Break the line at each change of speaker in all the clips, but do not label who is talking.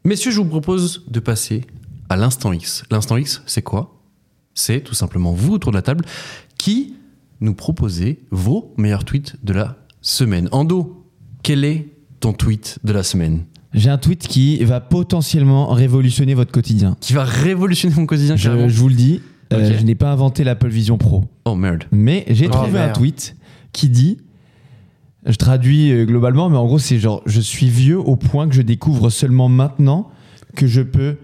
Messieurs, je vous propose de passer à l'instant X. L'instant X, c'est quoi ? C'est tout simplement vous autour de la table qui nous proposez vos meilleurs tweets de la semaine. Ando, quel est ton tweet de la semaine ?
J'ai un tweet qui va potentiellement révolutionner votre quotidien.
Qui va révolutionner mon quotidien, carrément.
Je vous le dis,
Ok.
je n'ai pas inventé l'Apple Vision Pro.
Oh merde.
Mais j'ai trouvé un tweet qui dit, je traduis globalement, mais en gros c'est genre, je suis vieux au point que je découvre seulement maintenant que je peux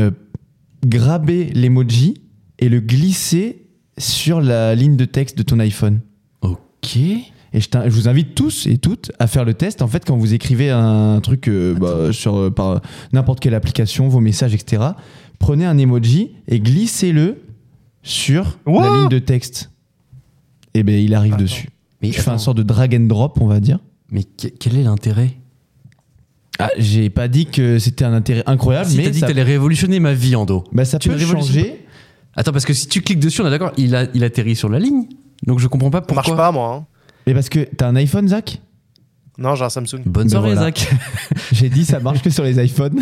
graber l'emoji et le glisser sur la ligne de texte de ton iPhone.
Ok.
Et je vous invite tous et toutes à faire le test. En fait, quand vous écrivez un truc par n'importe quelle application, vos messages, etc., prenez un emoji et glissez-le sur la ligne de texte. Et bien, il arrive dessus.
Mais
je fais un sort de drag and drop, on va dire.
Mais quel est l'intérêt ?
Ah, j'ai pas dit que c'était un intérêt incroyable,
Si
mais
t'as dit
ça,
que t'allais révolutionner ma vie, Ando.
bah, ça
Tu
peut
ne révolutionnes
changer.
Attends, parce que si tu cliques dessus, on est d'accord, il atterrit sur la ligne. Donc je comprends pas
Ça
pourquoi.
marche pas, moi. Hein.
Mais parce que t'as un iPhone, Zach ?
Non, j'ai un Samsung.
Bonne
Ben
soirée,
voilà.
Zach.
J'ai dit ça marche que sur les iPhones.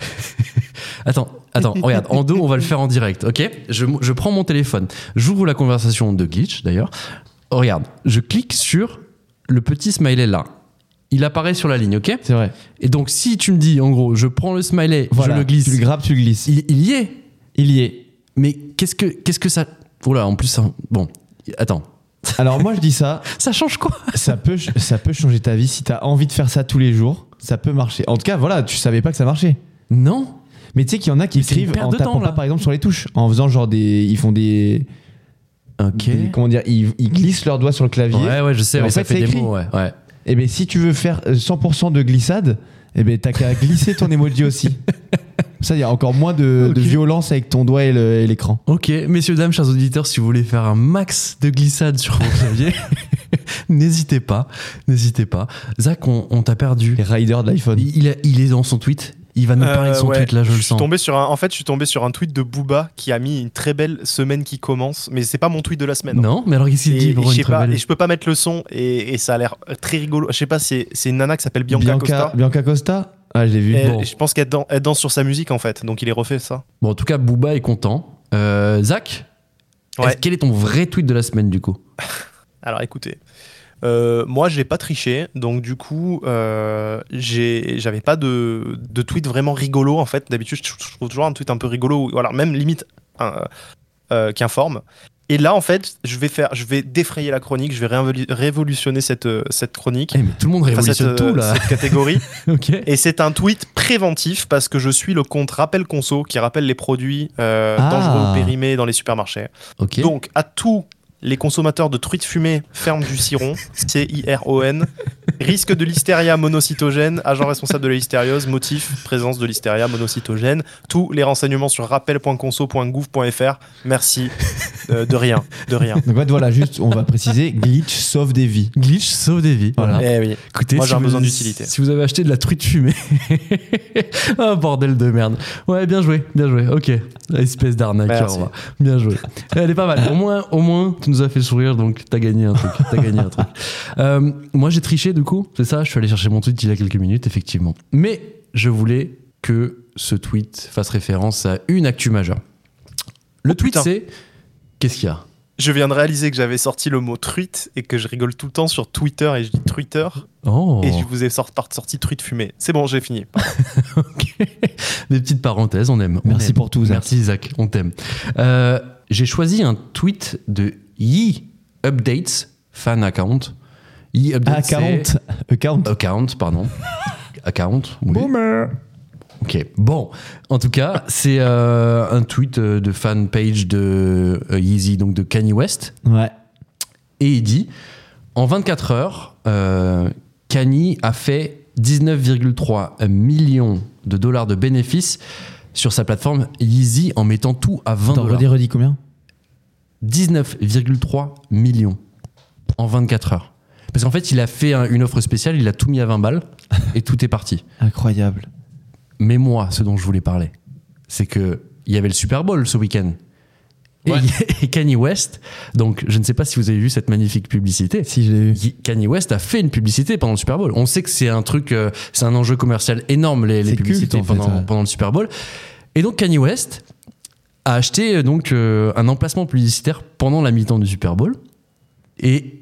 Attends, regarde, en dos, on va le faire en direct, ok ? Je prends mon téléphone, j'ouvre la conversation de Glitch, d'ailleurs. Oh, regarde, je clique sur le petit smiley là. Il apparaît sur la ligne, ok ?
C'est vrai.
Et donc, si tu me dis, en gros, je prends le smiley,
Voilà,
je le glisse,
tu le grabes, tu le glisses.
il y est.
Il y est.
Mais qu'est-ce que ça... Oula, en plus, ça... Bon, attends.
Alors moi je dis ça,
Ça change quoi ?
ça peut changer ta vie si t'as envie de faire ça tous les jours, ça peut marcher. En tout cas, voilà, tu savais pas que ça marchait.
Non.
Mais tu sais qu'il y en a qui
Mais c'est une
écrivent
perte
en
de
tapant
temps,
pas
là.
par exemple sur les touches, en faisant genre ils font des
Ok.
comment dire, ils glissent leurs doigts sur le clavier.
Ouais, je sais,
Et en
ouais, ça
fait,
fait
c'est
des
écrit.
mots, ouais.
Et ben si tu veux faire 100% de glissade, et ben t'as qu'à glisser ton emoji aussi. Ça, il y a encore moins de violence avec ton doigt et l'écran.
Ok, messieurs, dames, chers auditeurs, si vous voulez faire un max de glissade sur vos claviers, n'hésitez pas. Zach, on t'a perdu.
Les riders de l'iPhone.
Il est dans son tweet. Il va nous parler de son tweet, là, je le
suis
sens.
tombé sur un tweet de Booba qui a mis une très belle semaine qui commence, mais c'est pas mon tweet de la semaine.
Non, mais alors qu'est-ce qu'il dit pour
je
une
sais
très
pas,
belle-
et je peux pas mettre le son et ça a l'air très rigolo. Je sais pas, c'est une nana qui s'appelle Bianca Costa.
Bianca Costa. Ah, je l'ai vu.
Et
Bon.
je pense qu'elle danse sur sa musique en fait, donc il est refait ça.
Bon, en tout cas, Booba est content. Zach,
Ouais.
quel est ton vrai tweet de la semaine, du coup ?
Alors écoutez, moi j'ai pas triché, donc du coup j'avais pas de tweet vraiment rigolo en fait. D'habitude je trouve toujours un tweet un peu rigolo, ou alors même limite qui informe. Et là en fait je vais défrayer la chronique, je vais révolutionner cette chronique.
Eh, mais tout le monde révolutionne tout, là.
Cette catégorie.
Ok.
Et c'est un tweet préventif parce que je suis le compte Rappel Conso qui rappelle les produits dangereux ou périmés dans les supermarchés.
Ok.
Donc, à tous les consommateurs de truites fumées, ferme du ciron, CIRON, risque de listeria monocytogène, agent responsable de la listériose, motif, présence de listeria monocytogène. Tous les renseignements sur rappel.conso.gouv.fr. Merci. De rien.
Donc en fait, voilà, juste, on va préciser, Glitch sauve des vies.
Glitch sauve des vies. Voilà.
Eh oui.
Écoutez,
Moi, j'ai
si
un
vous-
besoin d'utilité.
Si vous avez acheté de la truite fumée. Ah, bordel de merde. Ouais, bien joué. Ok. Espèce d'arnaqueur.
Merci.
va. Bien joué. Elle est pas mal. Au moins, tu nous as fait sourire, donc t'as gagné un truc. Moi, j'ai triché, du coup. C'est ça, je suis allé chercher mon tweet il y a quelques minutes, effectivement. Mais je voulais que ce tweet fasse référence à une actu majeure. Le tweet,
putain.
c'est... Qu'est-ce qu'il y a ?
Je viens de réaliser que j'avais sorti le mot truite et que je rigole tout le temps sur Twitter et je dis Twitter
Oh.
et je vous ai sorti truite fumée. C'est bon, j'ai fini.
Ok. Des petites parenthèses, on aime.
Merci pour tout, Zach.
Merci Zach, on t'aime. J'ai choisi un tweet de Ye Updates fan account. Ye Updates, account, pardon. Account. Oui.
Boomer.
Ok. Bon, en tout cas, c'est un tweet de fan page de Yeezy, donc de Kanye West.
Ouais.
Et il dit, en 24 heures, Kanye a fait 19,3 millions de dollars de bénéfices sur sa plateforme Yeezy en mettant tout à 20
Attends,
dollars.
redis combien ?
19,3 millions en 24 heures. Parce qu'en fait, il a fait une offre spéciale, il a tout mis à 20 balles et tout est parti.
Incroyable.
Mais moi, ce dont je voulais parler, c'est qu'il y avait le Super Bowl ce week-end. Et Kanye West, donc je ne sais pas si vous avez vu cette magnifique publicité.
Si, je l'ai vu.
Kanye West a fait une publicité pendant le Super Bowl. On sait que c'est un truc, c'est un enjeu commercial énorme, les publicités
culte, en fait,
pendant le Super Bowl. Et donc Kanye West a acheté donc un emplacement publicitaire pendant la mi-temps du Super Bowl. Et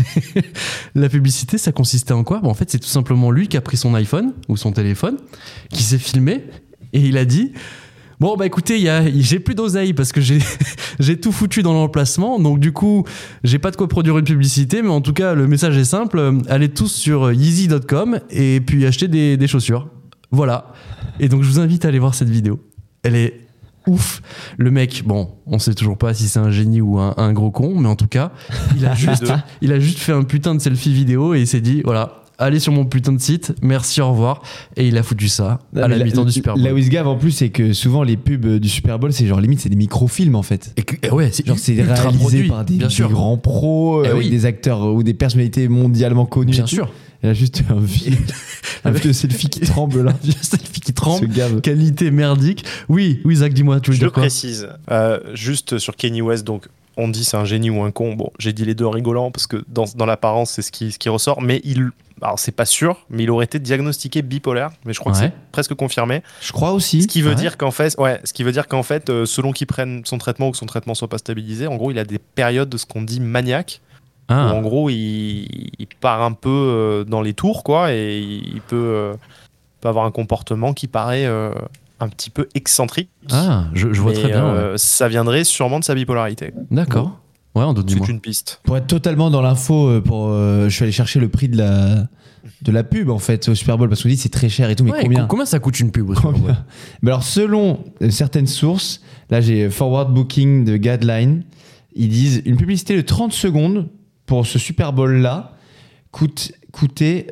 la publicité, ça consistait en quoi ? En fait, c'est tout simplement lui qui a pris son iPhone ou son téléphone, qui s'est filmé et il a dit bon bah écoutez, j'ai plus d'oseille parce que j'ai tout foutu dans l'emplacement, donc du coup j'ai pas de quoi produire une publicité, mais en tout cas le message est simple, allez tous sur yeezy.com et puis achetez des chaussures. Voilà. Et donc je vous invite à aller voir cette vidéo. Elle est ouf. Le mec, bon, on sait toujours pas si c'est un génie ou un gros con, mais en tout cas, il a juste fait un putain de selfie vidéo et il s'est dit voilà, allez sur mon putain de site, merci, au revoir. Et il a foutu ça à la mi-temps du Super Bowl.
Là où il se gave en plus, c'est que souvent les pubs du Super Bowl, c'est genre limite, c'est des microfilms en fait.
Et ouais, c'est
réalisé
produit,
par des
bien sûr.
grands pros, avec des acteurs ou des personnalités mondialement connues.
Bien sûr.
Il y a juste un vieux selfie qui tremble là.
Un selfie qui tremble.
Ce gave.
Qualité merdique. Oui, Zach, dis-moi, tu veux dire quoi ?
Je précise, juste sur Kanye West, donc on dit c'est un génie ou un con. Bon, j'ai dit les deux en rigolant parce que dans l'apparence, c'est ce qui ressort. Mais alors c'est pas sûr, mais il aurait été diagnostiqué bipolaire. Mais je crois que c'est presque confirmé.
Je crois aussi.
Ce qui veut dire qu'en fait, selon qu'il prenne son traitement ou que son traitement soit pas stabilisé, en gros, il a des périodes de ce qu'on dit maniaque. Où en gros, il part un peu dans les tours, quoi, et il peut avoir un comportement qui paraît un petit peu excentrique.
Ah, je vois très bien.
Ça viendrait sûrement de sa bipolarité.
D'accord. Ouais, en doute du moins.
C'est une piste.
Pour être totalement dans l'info, je suis allé chercher le prix de la pub en fait au Super Bowl parce qu'on dit c'est très cher et tout, mais
combien ça coûte une pub au Super Bowl ?
Mais alors selon certaines sources, là j'ai Forward Booking de Guideline, ils disent une publicité de 30 secondes pour ce Super Bowl là coûtait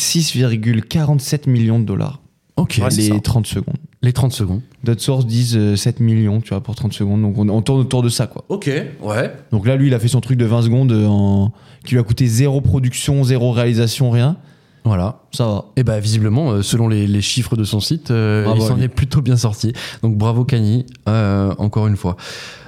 6,47 millions de dollars.
Ok.
Ouais, les 30 secondes.
Les 30 secondes.
D'autres sources disent 7 millions, tu vois, pour 30 secondes. Donc on tourne autour de ça, quoi.
Ok, ouais.
Donc là, lui, il a fait son truc de 20 secondes qui lui a coûté 0 production, 0 réalisation, rien.
Voilà.
Ça va.
Et bah visiblement, selon les chiffres de son site, il s'en est plutôt bien sorti. Donc bravo Kanye, encore une fois.